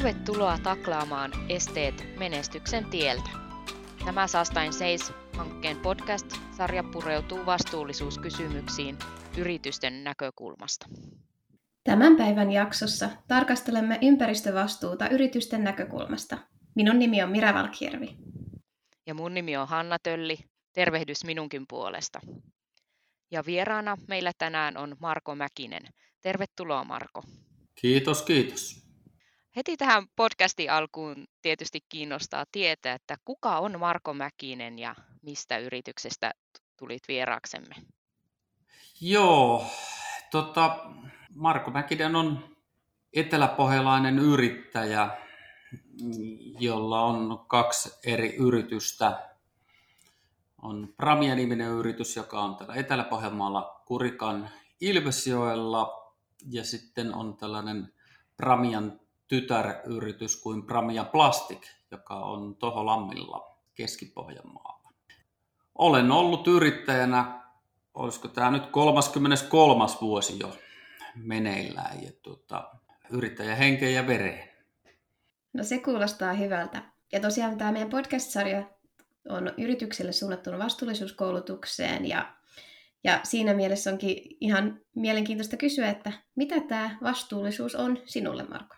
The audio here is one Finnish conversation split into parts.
Tervetuloa taklaamaan esteet menestyksen tieltä. Tämä Sastain Seis-hankkeen podcast-sarja pureutuu vastuullisuuskysymyksiin yritysten näkökulmasta. Tämän päivän jaksossa tarkastelemme ympäristövastuuta yritysten näkökulmasta. Minun nimi on Mira Valkjärvi. Ja mun nimi on Hanna Tölli. Tervehdys minunkin puolesta. Ja vieraana meillä tänään on Marko Mäkinen. Tervetuloa, Marko. Kiitos, kiitos. Heti tähän podcastin alkuun tietysti kiinnostaa tietää, että kuka on Marko Mäkinen ja mistä yrityksestä tulit vieraaksemme? Joo, Marko Mäkinen on eteläpohjalainen yrittäjä, jolla on 2 eri yritystä. On Pramia-niminen yritys, joka on täällä Etelä-Pohjanmaalla Kurikan Ilvesjoella, ja sitten on tällainen Pramian tytäryritys kuin Pramia Plastic, joka on Toholammilla Keski-Pohjanmaalla. Olen ollut yrittäjänä, olisiko tämä nyt 33. vuosi jo meneillään, ja yrittäjä henkeen ja vereen. No se kuulostaa hyvältä. Ja tosiaan tämä meidän podcast-sarja on yritykselle suunnattu vastuullisuuskoulutukseen, ja siinä mielessä onkin ihan mielenkiintoista kysyä, että mitä tämä vastuullisuus on sinulle, Marko?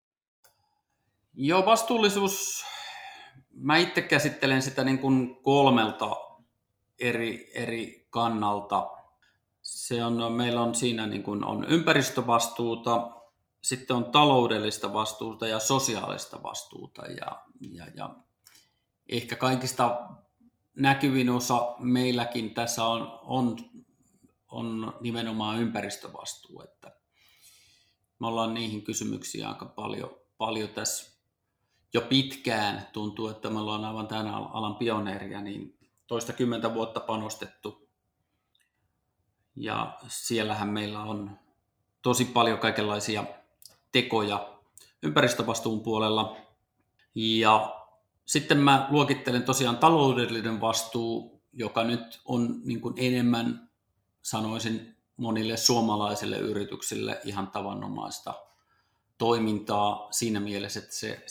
Joo, vastuullisuus, mä itse käsittelen sitä niin kuin 3 eri kannalta. Meillä on siinä niin kuin on ympäristövastuuta, sitten on taloudellista vastuuta ja sosiaalista vastuuta. Ja ehkä kaikista näkyvin osa meilläkin tässä on nimenomaan ympäristövastuu. Että me ollaan niihin kysymyksiin aika paljon tässä jo pitkään. Tuntuu, että me ollaan aivan tämän alan pioneeria, niin toistakymmentä vuotta panostettu. Ja siellähän meillä on tosi paljon kaikenlaisia tekoja ympäristövastuun puolella. Ja sitten mä luokittelen tosiaan taloudellinen vastuu, joka nyt on niin kuin enemmän, sanoisin, monille suomalaisille yrityksille ihan tavanomaista toimintaa siinä mielessä, että se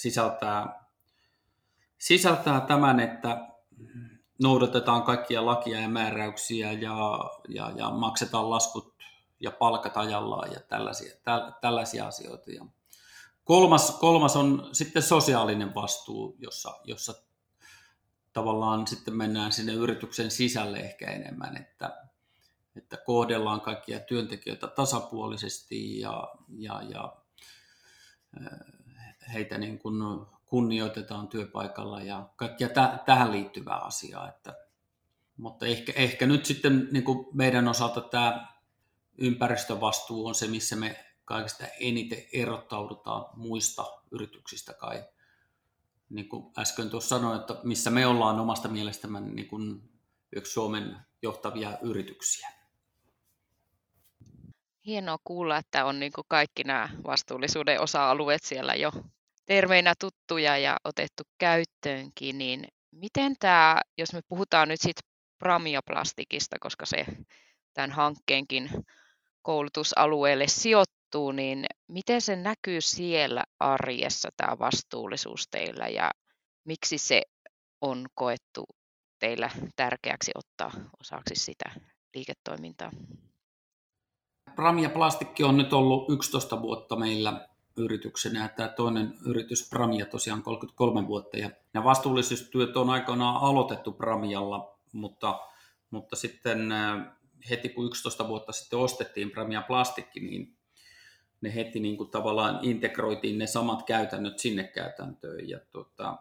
sisältää tämän, että noudatetaan kaikkia lakia ja määräyksiä ja maksetaan laskut ja palkat ajallaan ja tällaisia asioita. Ja kolmas on sitten sosiaalinen vastuu, jossa tavallaan sitten mennään sinne yrityksen sisälle ehkä enemmän, että kohdellaan kaikkia työntekijöitä tasapuolisesti ja heitä niin kuin kunnioitetaan työpaikalla ja kaikkia tähän liittyvää asiaa. Mutta ehkä nyt sitten niin kuin meidän osalta tämä ympäristövastuu on se, missä me kaikista eniten erottaudutaan muista yrityksistä kai. Niin kuin äsken tuossa sanoin, että missä me ollaan omasta mielestämme niin kuin yksi Suomen johtavia yrityksiä. Hienoa kuulla, että on niin kuin kaikki nämä vastuullisuuden osa-alueet siellä jo terveinä tuttuja ja otettu käyttöönkin. Niin miten tämä, jos me puhutaan nyt siitä Pramia Plasticista, koska se tämän hankkeenkin koulutusalueelle sijoittuu, niin miten se näkyy siellä arjessa tämä vastuullisuus teillä ja miksi se on koettu teillä tärkeäksi ottaa osaksi sitä liiketoimintaa? Pramia Plastic on nyt ollut 11 vuotta meillä yrityksenä ja tämä toinen yritys Pramia tosiaan 33 vuotta. Ja nämä vastuullisuustyöt on aikoinaan aloitettu Pramialla, mutta sitten heti kun 11 vuotta sitten ostettiin Pramia Plastic, niin ne heti niin kuin tavallaan integroitiin ne samat käytännöt sinne käytäntöön. Ja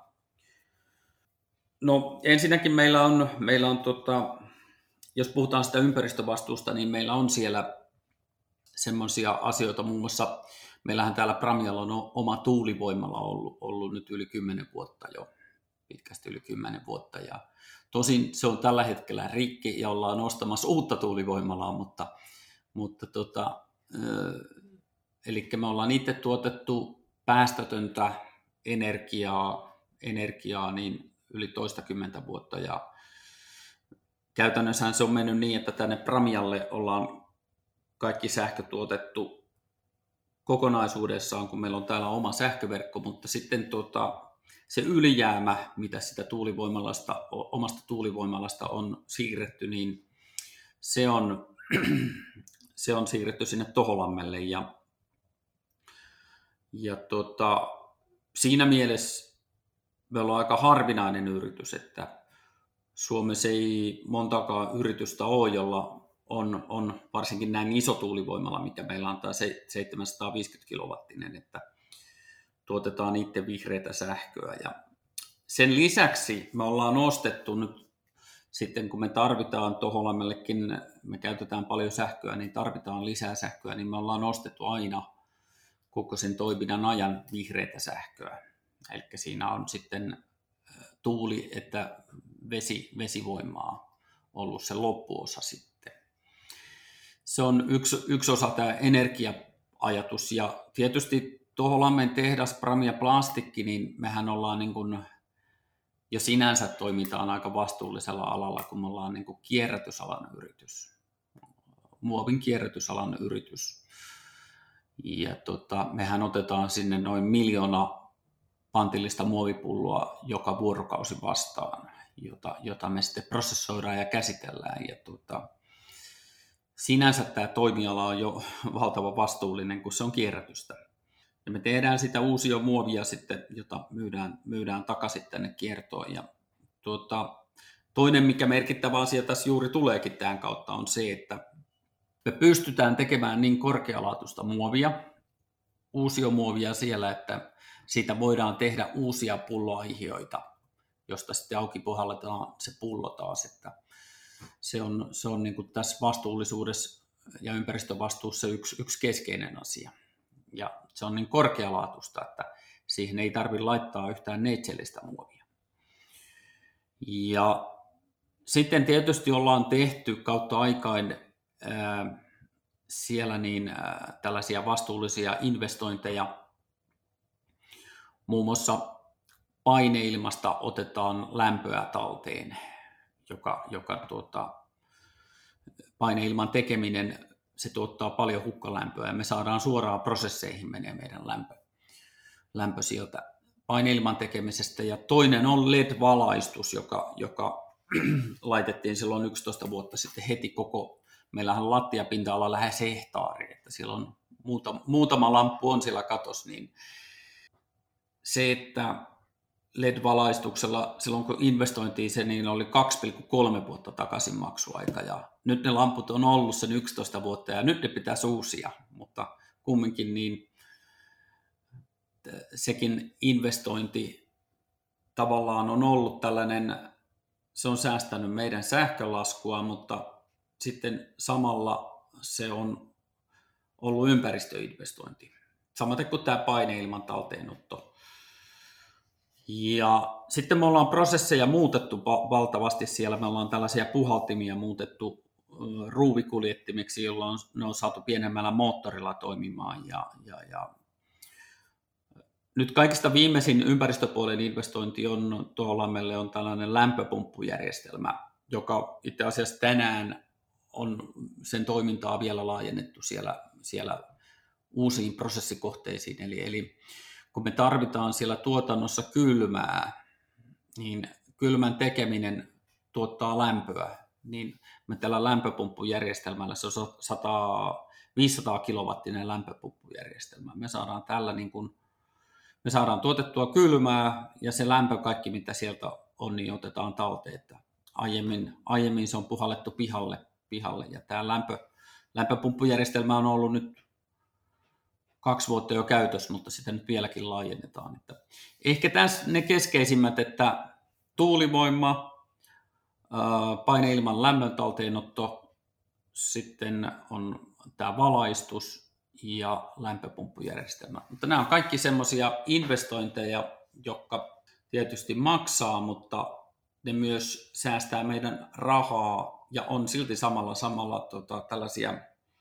no ensinnäkin meillä on jos puhutaan sitä ympäristövastuusta, niin meillä on siellä semmoisia asioita, muun muassa meillähän täällä Pramialla on oma tuulivoimala ollut nyt yli 10 vuotta jo, pitkästi yli 10 vuotta, ja tosin se on tällä hetkellä rikki ja ollaan ostamassa uutta tuulivoimalaa, eli me ollaan itse tuotettu päästötöntä energiaa niin yli toistakymmentä vuotta, ja käytännössähän se on mennyt niin, että tänne Pramialle ollaan kaikki sähkö tuotettu kokonaisuudessaan, kun meillä on täällä oma sähköverkko, mutta sitten se ylijäämä, mitä sitä omasta tuulivoimalasta on siirretty, niin se on siirretty sinne Toholammelle ja siinä mielessä me ollaan aika harvinainen yritys, että Suomessa ei montakaan yritystä ole, jolla on varsinkin näin iso tuulivoimala, mikä meillä on tämä 750 kilowattinen, että tuotetaan itse vihreätä sähköä. Ja sen lisäksi me ollaan ostettu nyt sitten, kun me tarvitaan Toholammellekin, me käytetään paljon sähköä, niin tarvitaan lisää sähköä, niin me ollaan ostettu aina koko sen toiminnan ajan vihreätä sähköä. Eli siinä on sitten tuuli- että vesivoimaa ollut se loppuosa sitten. Se on yksi osa tämä energia-ajatus, ja tietysti Toholammen tehdas Pramia Plastikki, niin mehän ollaan niin kuin jo sinänsä toimitaan aika vastuullisella alalla, kun me ollaan niin kuin kierrätysalan yritys, muovin kierrätysalan yritys. Ja mehän otetaan sinne noin 1 miljoona pantillista muovipulloa joka vuorokausi vastaan, jota me sitten prosessoidaan ja käsitellään. Ja sinänsä tämä toimiala on jo valtavan vastuullinen, kun se on kierrätystä. Ja me tehdään sitä uusia muovia sitten, jota myydään takaisin tänne kiertoon. Ja toinen, mikä merkittävä asia tässä juuri tuleekin tämän kautta, on se, että me pystytään tekemään niin korkealaatuista muovia, uusiomuovia siellä, että siitä voidaan tehdä uusia pulloaihioita, josta sitten auki puhalletaan se pullo taas. Että se on niin kuin tässä vastuullisuudessa ja ympäristövastuussa yksi keskeinen asia. Ja se on niin korkealaatuista, että siihen ei tarvitse laittaa yhtään neitsellistä muovia. Ja sitten tietysti ollaan tehty kautta aikain siellä tällaisia vastuullisia investointeja. Muun muassa paineilmasta otetaan lämpöä talteen, joka paineilman tekeminen, se tuottaa paljon hukkalämpöä ja me saadaan suoraan prosesseihin menee meidän lämpö sieltä paineilman tekemisestä. Ja toinen on LED-valaistus, joka laitettiin silloin 11 vuotta sitten heti meillähän on lattiapinta-ala lähes hehtaari, että siellä on muutama lamppu on siellä katossa, niin se, että LED-valaistuksella silloin kun investointiin se, niin oli 2,3 vuotta takaisin maksuaika ja nyt ne lamput on ollut sen 11 vuotta ja nyt ne pitäisi uusia, mutta kumminkin niin sekin investointi tavallaan on ollut tällainen, se on säästänyt meidän sähkölaskua, mutta sitten samalla se on ollut ympäristöinvestointi. Samaten kuin tämä paineilman talteenotto. Ja sitten me ollaan prosesseja muutettu valtavasti siellä. Me ollaan tällaisia puhaltimia muutettu ruuvikuljettimiksi, jolloin ne on saatu pienemmällä moottorilla toimimaan. Ja nyt kaikista viimeisin ympäristöpuolen investointi on Toholammelle on tällainen lämpöpumppujärjestelmä, joka itse asiassa tänään on sen toimintaa vielä laajennettu siellä uusiin prosessikohteisiin. Eli kun me tarvitaan siellä tuotannossa kylmää, niin kylmän tekeminen tuottaa lämpöä, niin me tällä lämpöpumppujärjestelmällä, se on 500 kilowattinen lämpöpumppujärjestelmä, me saadaan tällä me saadaan tuotettua kylmää ja se lämpö kaikki mitä sieltä on, niin otetaan talteen, että aiemmin se on puhallettu pihalle ja tämä lämpöpumppujärjestelmä on ollut nyt 2 vuotta jo käytössä, mutta sitä nyt vieläkin laajennetaan. Että ehkä tässä ne keskeisimmät, että tuulivoima, paineilman lämmön talteenotto, sitten on tämä valaistus ja lämpöpumppujärjestelmä. Mutta nämä on kaikki semmoisia investointeja, jotka tietysti maksaa, mutta ne myös säästää meidän rahaa ja on silti samalla tällaisia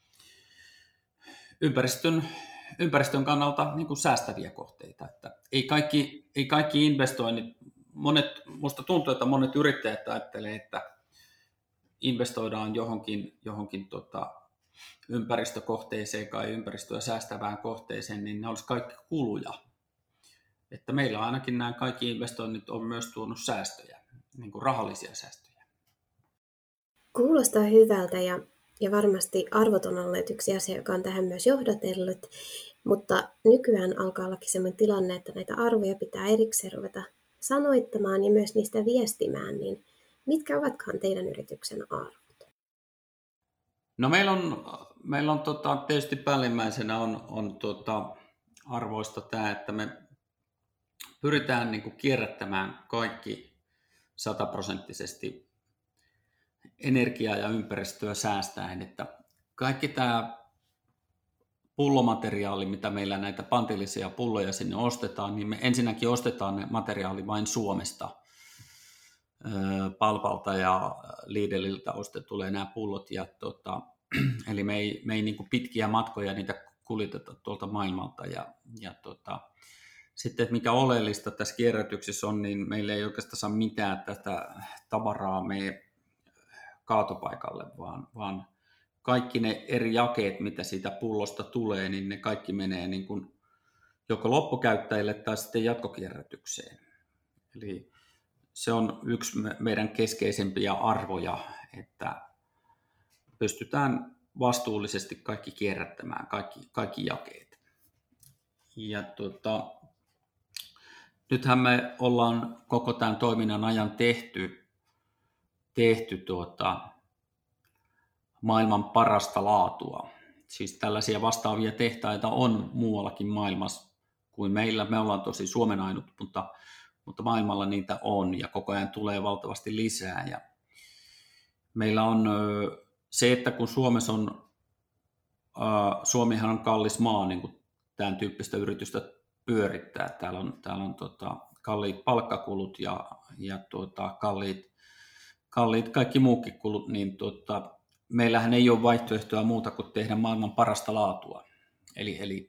ympäristön kannalta niin kuin säästäviä kohteita. Että ei kaikki investoinnit, musta tuntuu, että monet yrittäjät ajattelee, että investoidaan johonkin ympäristökohteeseen tai ympäristöä säästävään kohteeseen, niin ne olisi kaikki kuluja. Että meillä ainakin nämä kaikki investoinnit on myös tuonut säästöjä, niin kuin rahallisia säästöjä. Kuulostaa hyvältä ja varmasti arvot on olleet yksi asia, joka on tähän myös johdatellut, mutta nykyään alkaa ollakin sellainen tilanne, että näitä arvoja pitää erikseen ruveta sanoittamaan ja myös niistä viestimään, niin mitkä ovatkaan teidän yrityksen arvot? No meillä on tietysti päällimmäisenä on arvoista tämä, että me pyritään niin kuin kierrättämään kaikki 100% energiaa ja ympäristöä säästäen, että kaikki tämä pullomateriaali, mitä meillä näitä pantillisia pulloja sinne ostetaan, niin me ensinnäkin ostetaan ne materiaali vain Suomesta. Palpalta ja Lidliltä tulee nämä pullot, eli me ei niin kuin pitkiä matkoja niitä kuljeteta tuolta maailmalta. Sitten mikä oleellista tässä kierrätyksessä on, niin meillä ei oikeastaan saa mitään tätä tavaraa mene kaatopaikalle, vaan kaikki ne eri jakeet, mitä siitä pullosta tulee, niin ne kaikki menee niin kuin joko loppukäyttäjille tai sitten jatkokierrätykseen. Eli se on yksi meidän keskeisempiä arvoja, että pystytään vastuullisesti kaikki kierrättämään, kaikki jakeet. Ja nythän me ollaan koko tämän toiminnan ajan tehty maailman parasta laatua. Siis tällaisia vastaavia tehtaita on muuallakin maailmassa kuin meillä. Me ollaan tosi Suomen ainut, mutta maailmalla niitä on ja koko ajan tulee valtavasti lisää. Ja meillä on se, että kun Suomihan on kallis maa niin kuin tämän tyyppistä yritystä pyörittää. Täällä on kalliit palkkakulut ja kalliit kaikki muukin kulut, niin meillähän ei ole vaihtoehtoa muuta kuin tehdä maailman parasta laatua. Eli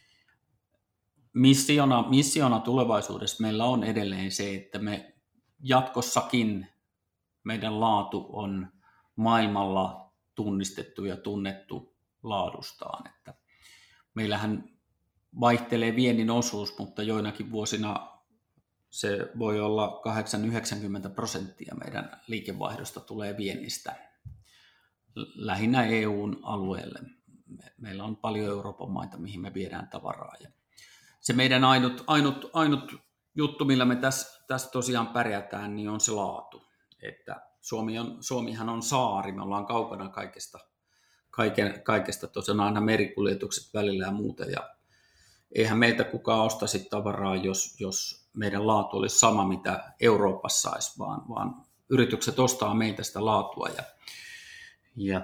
missiona tulevaisuudessa meillä on edelleen se, että me jatkossakin meidän laatu on maailmalla tunnistettu ja tunnettu laadustaan. Että meillähän vaihtelee viennin osuus, mutta joinakin vuosina se voi olla 8-90% meidän liikevaihdosta tulee viennistä, lähinnä EUn alueelle. Meillä on paljon Euroopan maita, mihin me viedään tavaraa. Ja se meidän ainut juttu, millä me tässä tosiaan pärjätään, niin on se laatu. Että Suomihan on saari, me ollaan kaukana kaikesta tosiaan aina merikuljetukset välillä ja muuta. Ja eihän meiltä kukaan ostaisi tavaraa, jos meidän laatu olisi sama, mitä Euroopassa olisi, vaan yritykset ostaa meiltä sitä laatua. Ja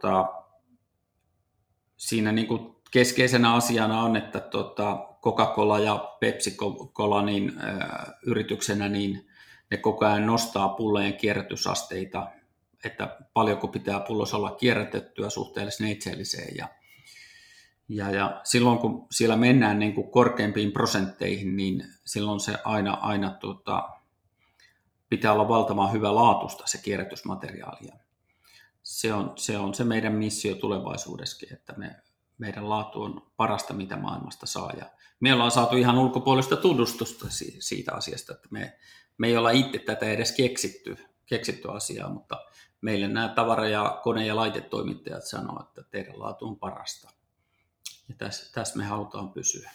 siinä niin kuin keskeisenä asiana on, että Coca-Cola ja Pepsi-Cola niin, yrityksenä niin ne koko ajan nostaa pullojen kierrätysasteita, että paljonko pitää pullossa olla kierrätettyä suhteellisen neitseelliseen. Ja silloin kun siellä mennään niin kuin korkeampiin prosentteihin, niin silloin se aina pitää olla valtavan hyvä laatusta se kierrätysmateriaali. Se on se meidän missio tulevaisuudessakin, että meidän laatu on parasta, mitä maailmasta saa. Ja me ollaan saatu ihan ulkopuolista tunnustusta siitä asiasta, että me ei olla itse tätä edes keksitty asiaa, mutta meille nämä tavara- ja kone- ja laitetoimittajat sanoo, että teidän laatu on parasta. Ja tässä me halutaan pysyä.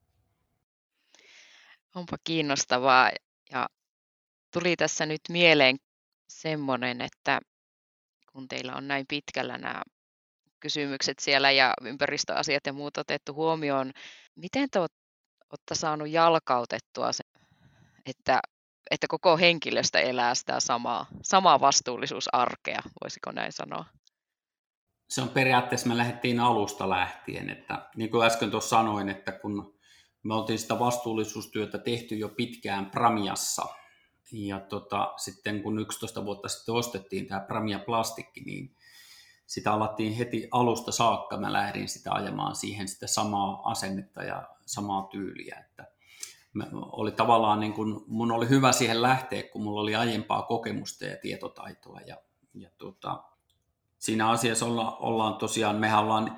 Onpa kiinnostavaa ja tuli tässä nyt mieleen semmoinen, että kun teillä on näin pitkällä nämä kysymykset siellä ja ympäristöasiat ja muut otettu huomioon, miten te olette saanut jalkautettua se, että koko henkilöstö elää sitä samaa vastuullisuusarkea, voisiko näin sanoa? Se on periaatteessa, me lähdettiin alusta lähtien, että niin kuin äsken tuossa sanoin, että kun me oltiin sitä vastuullisuustyötä tehty jo pitkään Pramiassa, ja sitten kun 11 vuotta sitten ostettiin tämä Pramia plastikki, niin sitä alettiin heti alusta saakka, mä lähdin sitä ajamaan siihen sitä samaa asennetta ja samaa tyyliä, että oli tavallaan niin kuin, mun oli hyvä siihen lähteä, kun mulla oli aiempaa kokemusta ja tietotaitoa ja siinä asiassa ollaan tosiaan, mehän ollaan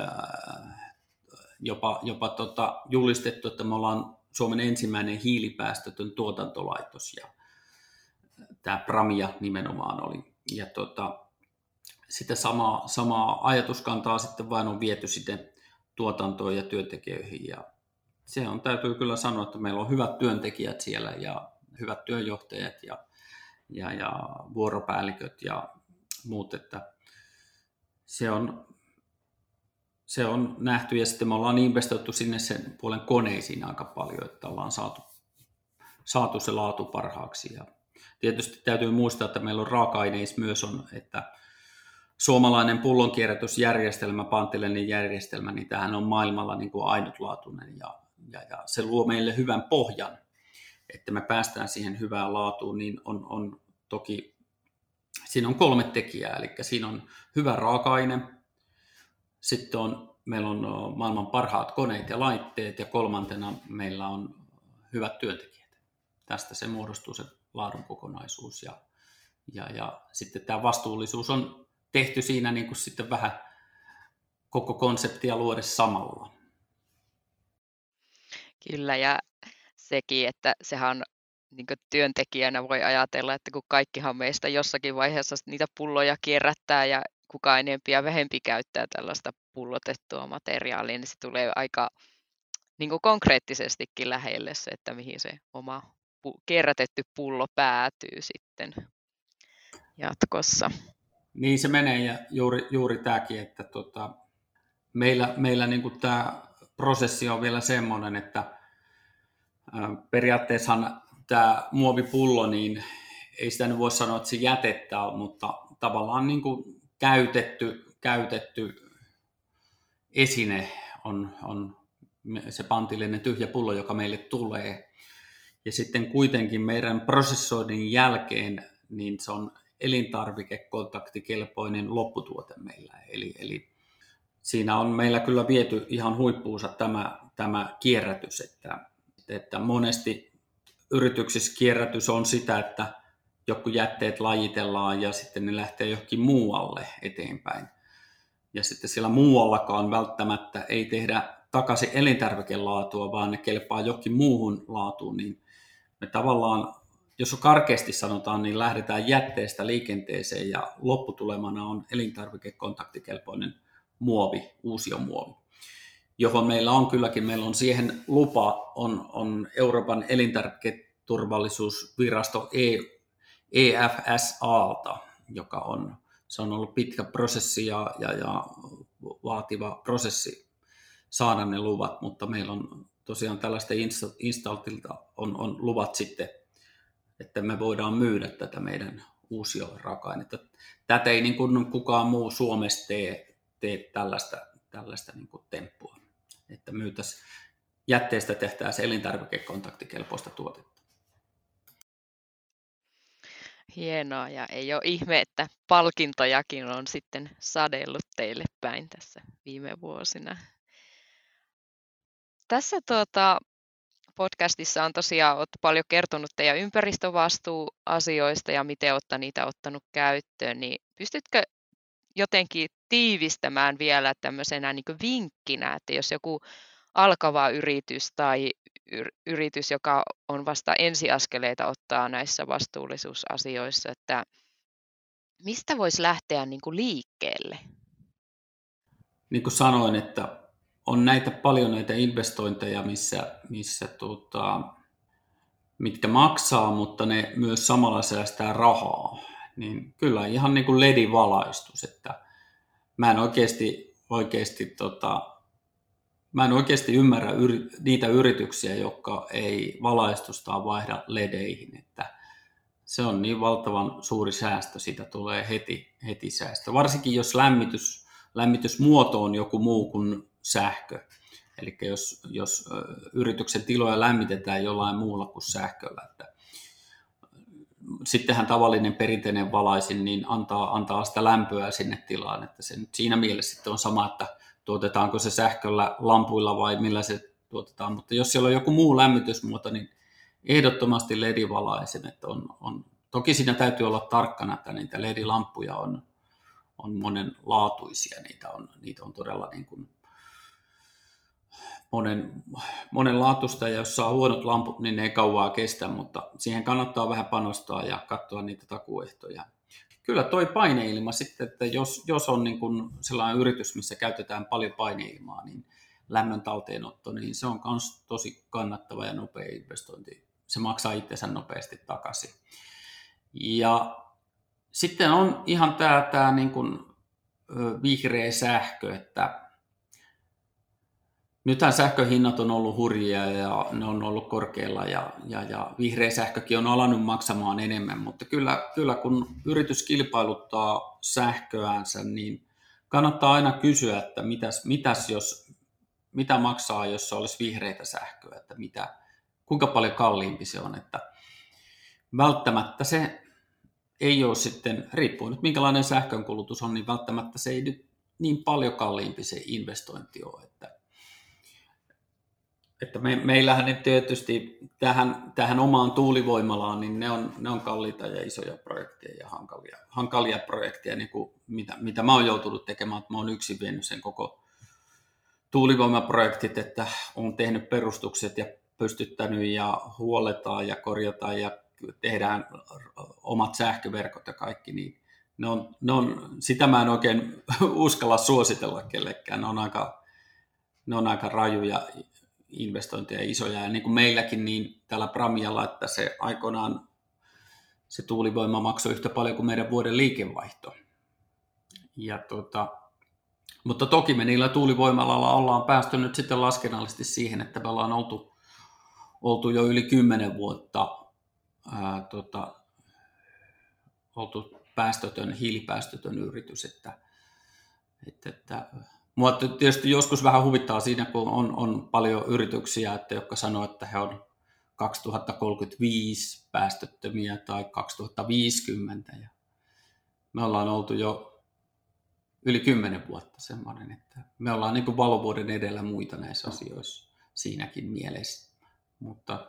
jopa julistettu, että me ollaan Suomen ensimmäinen hiilipäästötön tuotantolaitos, ja tämä Pramia nimenomaan oli. Ja sitä samaa ajatuskantaa sitten vain on viety sitten tuotantoon ja työntekijöihin, ja se on, täytyy kyllä sanoa, että meillä on hyvät työntekijät siellä ja hyvät työnjohtajat ja vuoropäälliköt ja muut, että se on nähty, ja sitten me ollaan investoitu sinne sen puolen koneisiin aika paljon, että ollaan saatu se laatu parhaaksi. Ja tietysti täytyy muistaa, että meillä on raaka-aineissa myös on, että suomalainen pullonkierrätysjärjestelmä, pantillinen järjestelmä, niin tämähän on maailmalla niin kuin ainutlaatuinen, ja se luo meille hyvän pohjan, että me päästään siihen hyvään laatuun, niin on toki, siinä on 3 tekijää, eli siinä on hyvä raaka-aine, sitten meillä on maailman parhaat koneet ja laitteet, ja 3. meillä on hyvät työntekijät. Tästä se muodostuu se laadun kokonaisuus, ja sitten tämä vastuullisuus on tehty siinä niin kuin sitten vähän koko konseptia luoda samalla. Kyllä, ja sekin, että sehän on, niin kuin työntekijänä voi ajatella, että kun kaikkihan meistä jossakin vaiheessa niitä pulloja kierrättää ja kuka enempi ja vähempi käyttää tällaista pullotettua materiaalia, niin se tulee aika niin kuin konkreettisestikin lähelle se, että mihin se oma kierrätetty pullo päätyy sitten jatkossa. Niin se menee, ja juuri tämäkin, että meillä niin kuin tämä prosessi on vielä semmoinen, että periaatteessahan tämä muovipullo, niin ei sitä nyt voi sanoa, että se jätettä on, mutta tavallaan niin kuin käytetty esine on se pantillinen tyhjä pullo, joka meille tulee. Ja sitten kuitenkin meidän prosessoinnin jälkeen niin se on elintarvikekontaktikelpoinen lopputuote meillä. Eli siinä on meillä kyllä viety ihan huippuunsa tämä kierrätys, että monesti yrityksissä kierrätys on sitä, että joku jätteet lajitellaan ja sitten ne lähtee johonkin muualle eteenpäin. Ja sitten siellä muuallakaan välttämättä ei tehdä takaisin elintarvikelaatua, vaan ne kelpaa johonkin muuhun laatuun, niin me tavallaan, jos karkeasti sanotaan, niin lähdetään jätteestä liikenteeseen ja lopputulemana on elintarvikekontaktikelpoinen muovi, uusiomuovi, johon meillä on siihen lupa, on Euroopan elintarviketurvallisuusvirasto EFSAlta, se on ollut pitkä prosessi ja vaativa prosessi saada ne luvat, mutta meillä on tosiaan tällaista Instaltilta on luvat sitten, että me voidaan myydä tätä meidän uusioraaka-ainetta. Tätä ei niin kuin kukaan muu Suomessa tee tällaista niin kuin temppua, että myytäisiin jätteestä tehtäisiin elintarvikekontaktikelpoista tuotetta. Hienoa, ja ei ole ihme, että palkintojakin on sitten sadellut teille päin tässä viime vuosina. Tässä podcastissa on tosiaan olet paljon kertonut teidän ympäristövastuuasioista ja miten olette niitä ottanut käyttöön, niin pystytkö jotenkin tiivistämään vielä tämmöisenä niin kuin vinkkinä, että jos joku alkava yritys tai yritys, joka on vasta ensiaskeleita ottaa näissä vastuullisuusasioissa, että mistä voisi lähteä niin kuin liikkeelle? Niin kuin sanoin, että on paljon näitä investointeja, mitkä maksaa, mutta ne myös samalla säästää rahaa. Niin kyllä ihan niin kuin LED-valaistus, että mä en oikeasti ymmärrä niitä yrityksiä, jotka ei valaistustaan vaihda LEDeihin, että se on niin valtavan suuri säästö, siitä tulee heti säästö. Varsinkin jos lämmitysmuoto on joku muu kuin sähkö. Eli jos yrityksen tiloja lämmitetään jollain muulla kuin sähköllä. Sittenhän tavallinen perinteinen valaisin niin antaa sitä lämpöä sinne tilaan. Että se nyt siinä mielessä sitten on sama, että tuotetaanko se sähköllä, lampuilla vai millä se tuotetaan. Mutta jos siellä on joku muu lämmitysmuoto, niin ehdottomasti LED-valaisen. Toki siinä täytyy olla tarkkana, että niitä LED-lampuja on monenlaatuisia. Niitä on todella niin kuin monenlaatuista, ja jos saa huonot lamput, niin ne ei kauaa kestä, mutta siihen kannattaa vähän panostaa ja katsoa niitä takuehtoja. Kyllä toi paineilma sitten, että jos on niin kuin sellainen yritys, missä käytetään paljon paineilmaa, niin lämmön talteenotto, niin se on myös tosi kannattava ja nopea investointi. Se maksaa itsensä nopeasti takaisin. Ja sitten on ihan tämä niin kuin vihreä sähkö, että nythän sähköhinnat on ollut hurjia ja ne on ollut korkealla ja vihreä sähkökin on alannut maksamaan enemmän, mutta kyllä kun yritys kilpailuttaa sähköänsä, niin kannattaa aina kysyä, että mitä maksaa, jos se olisi vihreitä sähköä, että kuinka paljon kalliimpi se on, että välttämättä se ei ole sitten, riippuu nyt minkälainen sähkönkulutus on, niin välttämättä se ei nyt niin paljon kalliimpi se investointi ole, että meillähän ne tietysti tähän omaan tuulivoimalaan, niin ne on kalliita ja isoja projekteja ja hankalia projekteja, niin kuin mitä mä oon joutunut tekemään, että mä oon yksin vienyt sen koko tuulivoimaprojektit, että on tehnyt perustukset ja pystyttänyt ja huolletaan ja korjataan ja tehdään omat sähköverkot ja kaikki, niin sitä mä en oikein uskalla suositella kellekään, ne on aika rajuja investointeja isoja, ja niin kuin meilläkin niin täällä Bramialla, että se aikoinaan se tuulivoima maksoi yhtä paljon kuin meidän vuoden liikevaihto. Mutta toki me niillä tuulivoimalla ollaan päästy nyt sitten laskennallisesti siihen, että me ollaan oltu jo yli 10 vuotta oltu hiilipäästötön yritys, että mua tietysti joskus vähän huvittaa siinä, kun on paljon yrityksiä, jotka sanoo, että he on 2035 päästöttömiä tai 2050. Ja me ollaan oltu jo yli 10 vuotta semmoinen, että me ollaan niin kuin valovuoden edellä muita näissä asioissa siinäkin mielessä. Mutta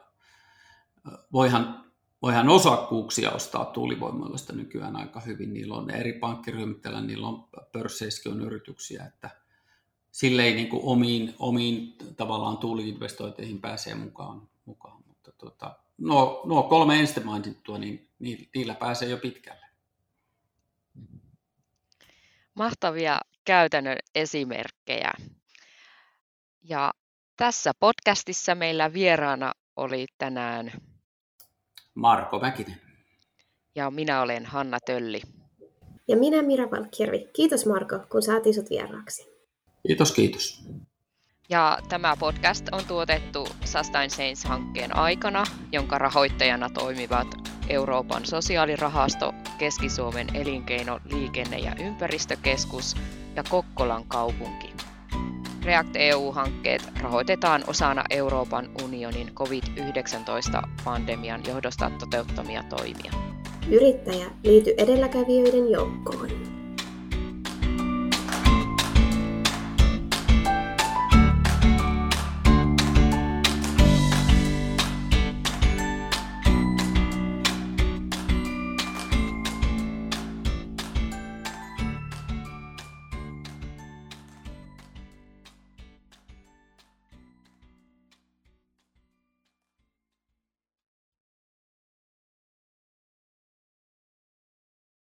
voihan osakkuuksia ostaa tuulivoimaloista nykyään aika hyvin. Niillä on eri pankkiryhmitteillä, niillä on pörsseissäkin on yrityksiä, että sille ei niin kuin omiin tavallaan tuuli-investointeihin pääsee mukaan. Mutta nuo 3 ensin mainittua, niin niillä pääsee jo pitkälle. Mahtavia käytännön esimerkkejä. Ja tässä podcastissa meillä vieraana oli tänään Marko Mäkinen. Ja minä olen Hanna Tölli. Ja minä Mira Valkjärvi. Kiitos Marko, kun saatiin sut vieraaksi. Kiitos. Ja tämä podcast on tuotettu Sustain Change-hankkeen aikana, jonka rahoittajana toimivat Euroopan sosiaalirahasto, Keski-Suomen elinkeino-, liikenne- ja ympäristökeskus ja Kokkolan kaupunki. React EU-hankkeet rahoitetaan osana Euroopan unionin COVID-19-pandemian johdosta toteuttamia toimia. Yrittäjä, liity edelläkävijöiden joukkoon.